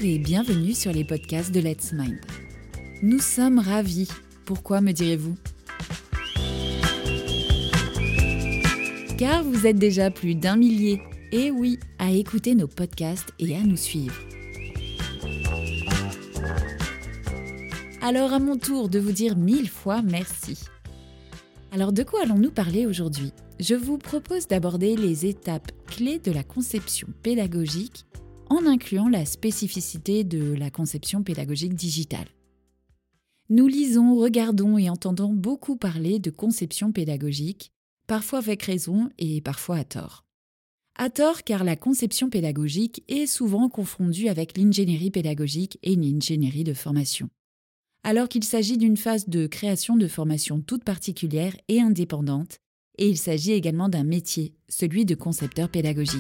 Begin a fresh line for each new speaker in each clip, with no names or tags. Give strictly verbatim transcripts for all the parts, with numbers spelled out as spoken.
et bienvenue sur les podcasts de Let's Mind. Nous sommes ravis. Pourquoi, me direz-vous ? Car vous êtes déjà plus d'un millier, et oui, à écouter nos podcasts et à nous suivre. Alors à mon tour de vous dire mille fois merci. Alors de quoi allons-nous parler aujourd'hui ? Je vous propose d'aborder les étapes clés de la conception pédagogique en incluant la spécificité de la conception pédagogique digitale. Nous lisons, regardons et entendons beaucoup parler de conception pédagogique, parfois avec raison et parfois à tort. À tort car la conception pédagogique est souvent confondue avec l'ingénierie pédagogique et l'ingénierie de formation, alors qu'il s'agit d'une phase de création de formation toute particulière et indépendante, et il s'agit également d'un métier, celui de concepteur pédagogique.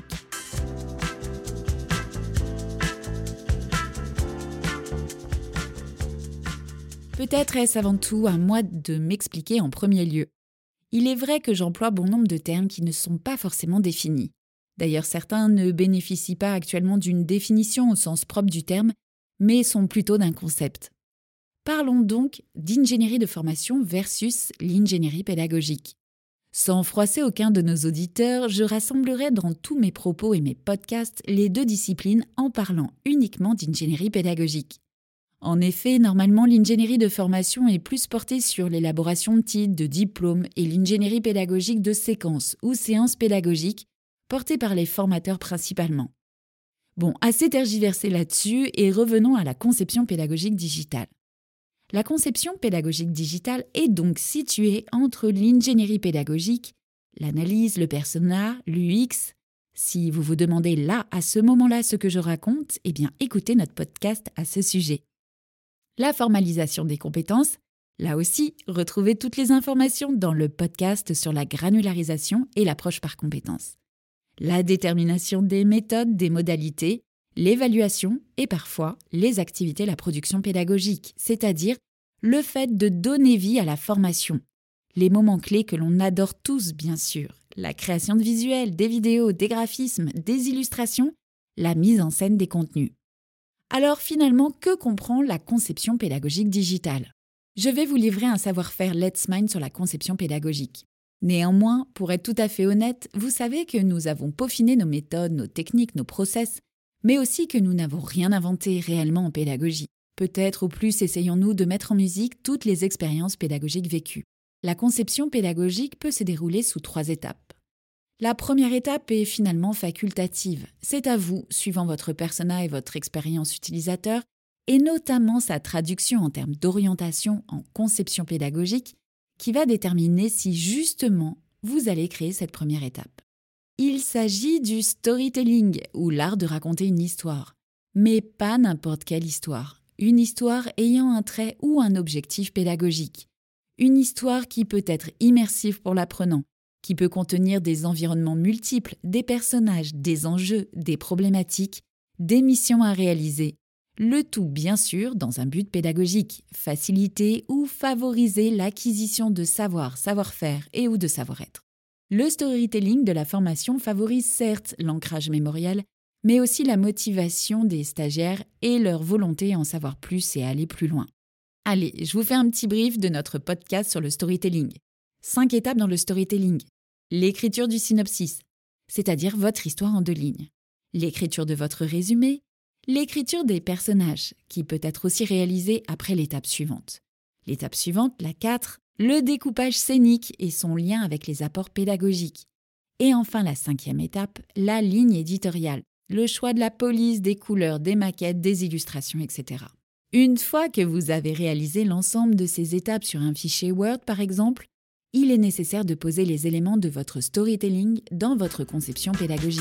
Peut-être est-ce avant tout à moi de m'expliquer en premier lieu. Il est vrai que j'emploie bon nombre de termes qui ne sont pas forcément définis. D'ailleurs, certains ne bénéficient pas actuellement d'une définition au sens propre du terme, mais sont plutôt d'un concept. Parlons donc d'ingénierie de formation versus l'ingénierie pédagogique. Sans froisser aucun de nos auditeurs, je rassemblerai dans tous mes propos et mes podcasts les deux disciplines en parlant uniquement d'ingénierie pédagogique. En effet, normalement, l'ingénierie de formation est plus portée sur l'élaboration de titres, de diplômes et l'ingénierie pédagogique de séquences ou séances pédagogiques, portée par les formateurs principalement. Bon, assez tergiversé là-dessus et revenons à la conception pédagogique digitale. La conception pédagogique digitale est donc située entre l'ingénierie pédagogique, l'analyse, le persona, l'U X. Si vous vous demandez là, à ce moment-là, ce que je raconte, eh bien écoutez notre podcast à ce sujet. La formalisation des compétences, là aussi, retrouvez toutes les informations dans le podcast sur la granularisation et l'approche par compétences. La détermination des méthodes, des modalités, l'évaluation et parfois les activités, la production pédagogique, c'est-à-dire le fait de donner vie à la formation. Les moments clés que l'on adore tous, bien sûr. La création de visuels, des vidéos, des graphismes, des illustrations, la mise en scène des contenus. Alors finalement, que comprend la conception pédagogique digitale ? Je vais vous livrer un savoir-faire Let's Mind sur la conception pédagogique. Néanmoins, pour être tout à fait honnête, vous savez que nous avons peaufiné nos méthodes, nos techniques, nos process, mais aussi que nous n'avons rien inventé réellement en pédagogie. Peut-être au plus essayons-nous de mettre en musique toutes les expériences pédagogiques vécues. La conception pédagogique peut se dérouler sous trois étapes. La première étape est finalement facultative. C'est à vous, suivant votre persona et votre expérience utilisateur, et notamment sa traduction en termes d'orientation en conception pédagogique, qui va déterminer si justement vous allez créer cette première étape. Il s'agit du storytelling, ou l'art de raconter une histoire. Mais pas n'importe quelle histoire. Une histoire ayant un trait ou un objectif pédagogique. Une histoire qui peut être immersive pour l'apprenant, qui peut contenir des environnements multiples, des personnages, des enjeux, des problématiques, des missions à réaliser. Le tout, bien sûr, dans un but pédagogique, faciliter ou favoriser l'acquisition de savoir, savoir-faire et ou de savoir-être. Le storytelling de la formation favorise certes l'ancrage mémorial, mais aussi la motivation des stagiaires et leur volonté à en savoir plus et à aller plus loin. Allez, je vous fais un petit brief de notre podcast sur le storytelling. Cinq étapes dans le storytelling. L'écriture du synopsis, c'est-à-dire votre histoire en deux lignes. L'écriture de votre résumé. L'écriture des personnages, qui peut être aussi réalisée après l'étape suivante. L'étape suivante, la quatre, le découpage scénique et son lien avec les apports pédagogiques. Et enfin la cinquième étape, la ligne éditoriale, le choix de la police, des couleurs, des maquettes, des illustrations, et cetera. Une fois que vous avez réalisé l'ensemble de ces étapes sur un fichier Word par exemple, il est nécessaire de poser les éléments de votre storytelling dans votre conception pédagogique.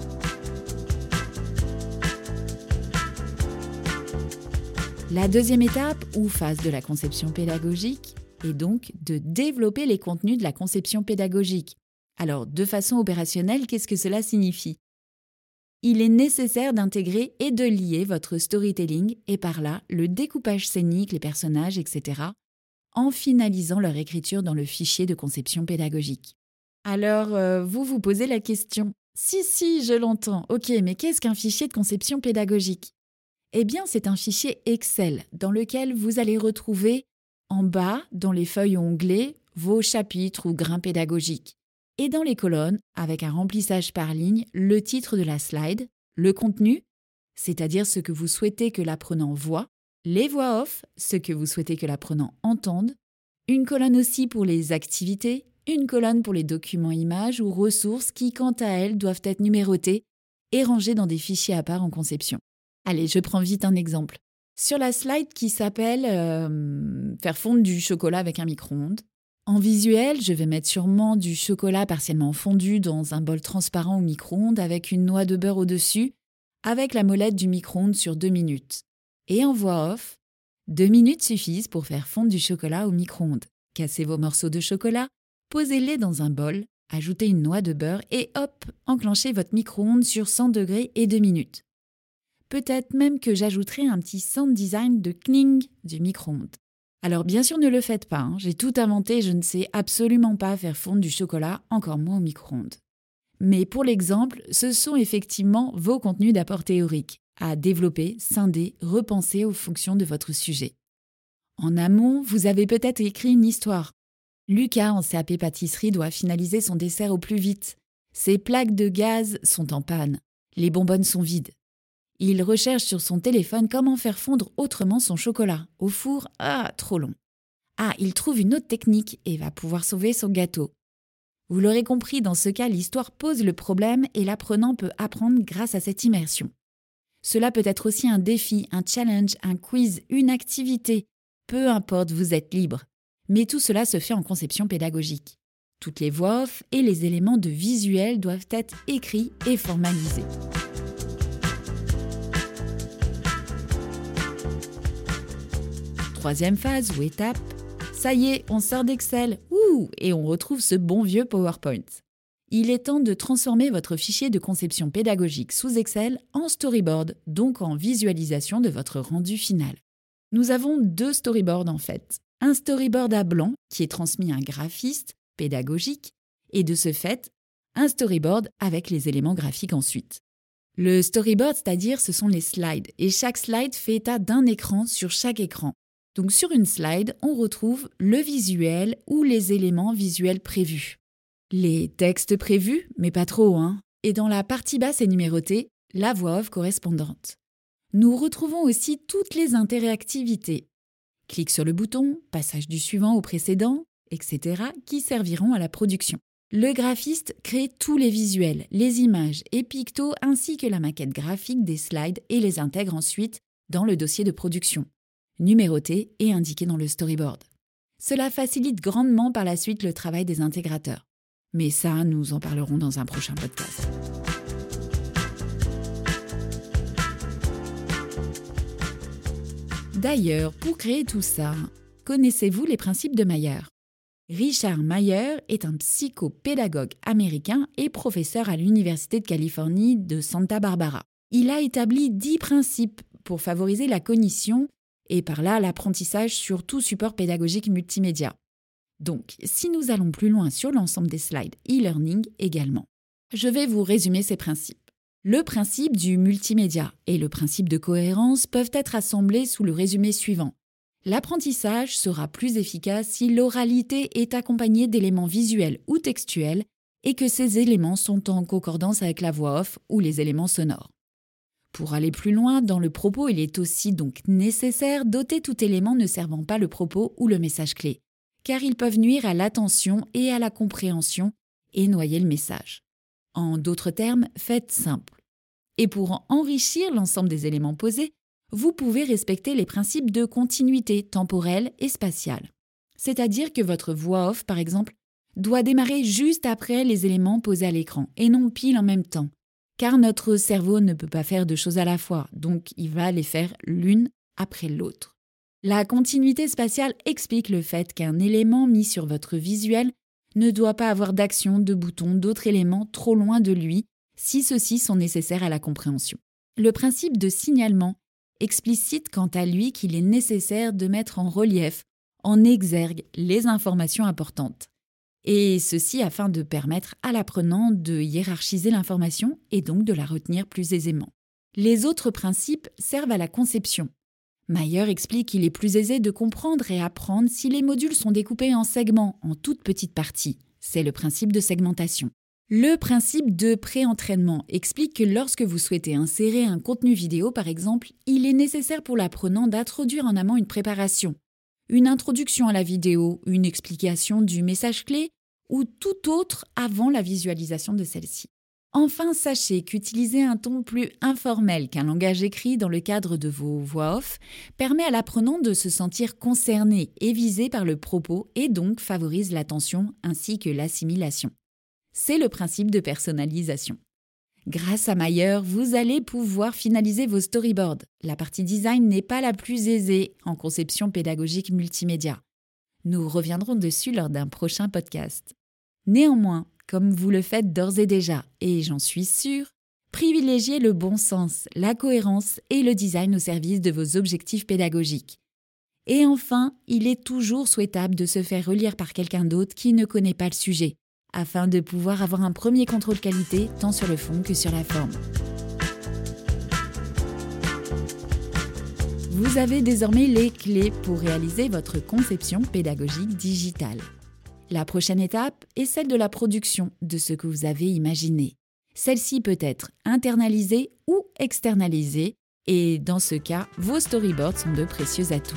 La deuxième étape, ou phase de la conception pédagogique, est donc de développer les contenus de la conception pédagogique. Alors, de façon opérationnelle, qu'est-ce que cela signifie ? Il est nécessaire d'intégrer et de lier votre storytelling et par là, le découpage scénique, les personnages, et cetera, en finalisant leur écriture dans le fichier de conception pédagogique. Alors, euh, vous vous posez la question « Si, si, je l'entends, ok, mais qu'est-ce qu'un fichier de conception pédagogique ?» Eh bien, c'est un fichier Excel dans lequel vous allez retrouver en bas, dans les feuilles onglées, vos chapitres ou grains pédagogiques. Et dans les colonnes, avec un remplissage par ligne, le titre de la slide, le contenu, c'est-à-dire ce que vous souhaitez que l'apprenant voit, les voix off, ce que vous souhaitez que l'apprenant entende, une colonne aussi pour les activités, une colonne pour les documents images ou ressources qui, quant à elles, doivent être numérotées et rangées dans des fichiers à part en conception. Allez, je prends vite un exemple. Sur la slide qui s'appelle euh, « Faire fondre du chocolat avec un micro-ondes », en visuel, je vais mettre sûrement du chocolat partiellement fondu dans un bol transparent au micro-ondes avec une noix de beurre au-dessus, avec la molette du micro-ondes sur deux minutes. Et en voix off, deux minutes suffisent pour faire fondre du chocolat au micro-ondes. Cassez vos morceaux de chocolat, posez-les dans un bol, ajoutez une noix de beurre et hop, enclenchez votre micro-ondes sur cent degrés et deux minutes. Peut-être même que j'ajouterai un petit sound design de cling du micro-ondes. Alors bien sûr ne le faites pas, hein. J'ai tout inventé et je ne sais absolument pas faire fondre du chocolat, encore moins au micro-ondes. Mais pour l'exemple, ce sont effectivement vos contenus d'apport théorique, à développer, scinder, repenser aux fonctions de votre sujet. En amont, vous avez peut-être écrit une histoire. Lucas, en C A P pâtisserie, doit finaliser son dessert au plus vite. Ses plaques de gaz sont en panne. Les bonbonnes sont vides. Il recherche sur son téléphone comment faire fondre autrement son chocolat. Au four, ah, trop long. Ah, il trouve une autre technique et va pouvoir sauver son gâteau. Vous l'aurez compris, dans ce cas, l'histoire pose le problème et l'apprenant peut apprendre grâce à cette immersion. Cela peut être aussi un défi, un challenge, un quiz, une activité. Peu importe, vous êtes libre. Mais tout cela se fait en conception pédagogique. Toutes les voix off et les éléments de visuel doivent être écrits et formalisés. Troisième phase ou étape, ça y est, on sort d'Excel, ouh, et on retrouve ce bon vieux PowerPoint. Il est temps de transformer votre fichier de conception pédagogique sous Excel en storyboard, donc en visualisation de votre rendu final. Nous avons deux storyboards en fait. Un storyboard à blanc qui est transmis à un graphiste pédagogique et de ce fait, un storyboard avec les éléments graphiques ensuite. Le storyboard, c'est-à-dire ce sont les slides et chaque slide fait état d'un écran sur chaque écran. Donc sur une slide, on retrouve le visuel ou les éléments visuels prévus. Les textes prévus, mais pas trop, hein. Et dans la partie basse et numérotée, la voix off correspondante. Nous retrouvons aussi toutes les interactivités. Clic sur le bouton, passage du suivant au précédent, et cetera qui serviront à la production. Le graphiste crée tous les visuels, les images et pictos ainsi que la maquette graphique des slides et les intègre ensuite dans le dossier de production, numéroté et indiqué dans le storyboard. Cela facilite grandement par la suite le travail des intégrateurs. Mais ça, nous en parlerons dans un prochain podcast. D'ailleurs, pour créer tout ça, connaissez-vous les principes de Mayer ? Richard Mayer est un psychopédagogue américain et professeur à l'Université de Californie de Santa Barbara. Il a établi dix principes pour favoriser la cognition et par là l'apprentissage sur tout support pédagogique multimédia. Donc, si nous allons plus loin sur l'ensemble des slides e-learning également, je vais vous résumer ces principes. Le principe du multimédia et le principe de cohérence peuvent être assemblés sous le résumé suivant. L'apprentissage sera plus efficace si l'oralité est accompagnée d'éléments visuels ou textuels et que ces éléments sont en concordance avec la voix off ou les éléments sonores. Pour aller plus loin, dans le propos, il est aussi donc nécessaire d'ôter tout élément ne servant pas le propos ou le message clé, car ils peuvent nuire à l'attention et à la compréhension et noyer le message. En d'autres termes, faites simple. Et pour enrichir l'ensemble des éléments posés, vous pouvez respecter les principes de continuité temporelle et spatiale. C'est-à-dire que votre voix off, par exemple, doit démarrer juste après les éléments posés à l'écran et non pile en même temps. Car notre cerveau ne peut pas faire deux choses à la fois, donc il va les faire l'une après l'autre. La continuité spatiale explique le fait qu'un élément mis sur votre visuel ne doit pas avoir d'action, de bouton, d'autres éléments trop loin de lui, si ceux-ci sont nécessaires à la compréhension. Le principe de signalement explicite quant à lui qu'il est nécessaire de mettre en relief, en exergue, les informations importantes. Et ceci afin de permettre à l'apprenant de hiérarchiser l'information et donc de la retenir plus aisément. Les autres principes servent à la conception. Mayer explique qu'il est plus aisé de comprendre et apprendre si les modules sont découpés en segments, en toutes petites parties. C'est le principe de segmentation. Le principe de pré-entraînement explique que lorsque vous souhaitez insérer un contenu vidéo, par exemple, il est nécessaire pour l'apprenant d'introduire en amont une préparation, une introduction à la vidéo, une explication du message clé ou tout autre avant la visualisation de celle-ci. Enfin, sachez qu'utiliser un ton plus informel qu'un langage écrit dans le cadre de vos voix off permet à l'apprenant de se sentir concerné et visé par le propos et donc favorise l'attention ainsi que l'assimilation. C'est le principe de personnalisation. Grâce à Mayer, vous allez pouvoir finaliser vos storyboards. La partie design n'est pas la plus aisée en conception pédagogique multimédia. Nous reviendrons dessus lors d'un prochain podcast. Néanmoins, comme vous le faites d'ores et déjà, et j'en suis sûre, privilégiez le bon sens, la cohérence et le design au service de vos objectifs pédagogiques. Et enfin, il est toujours souhaitable de se faire relire par quelqu'un d'autre qui ne connaît pas le sujet, afin de pouvoir avoir un premier contrôle qualité tant sur le fond que sur la forme. Vous avez désormais les clés pour réaliser votre conception pédagogique digitale. La prochaine étape est celle de la production de ce que vous avez imaginé. Celle-ci peut être internalisée ou externalisée, et dans ce cas, vos storyboards sont de précieux atouts.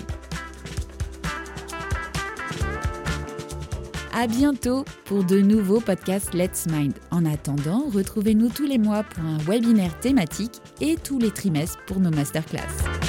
À bientôt pour de nouveaux podcasts Let's Mind. En attendant, retrouvez-nous tous les mois pour un webinaire thématique et tous les trimestres pour nos masterclass.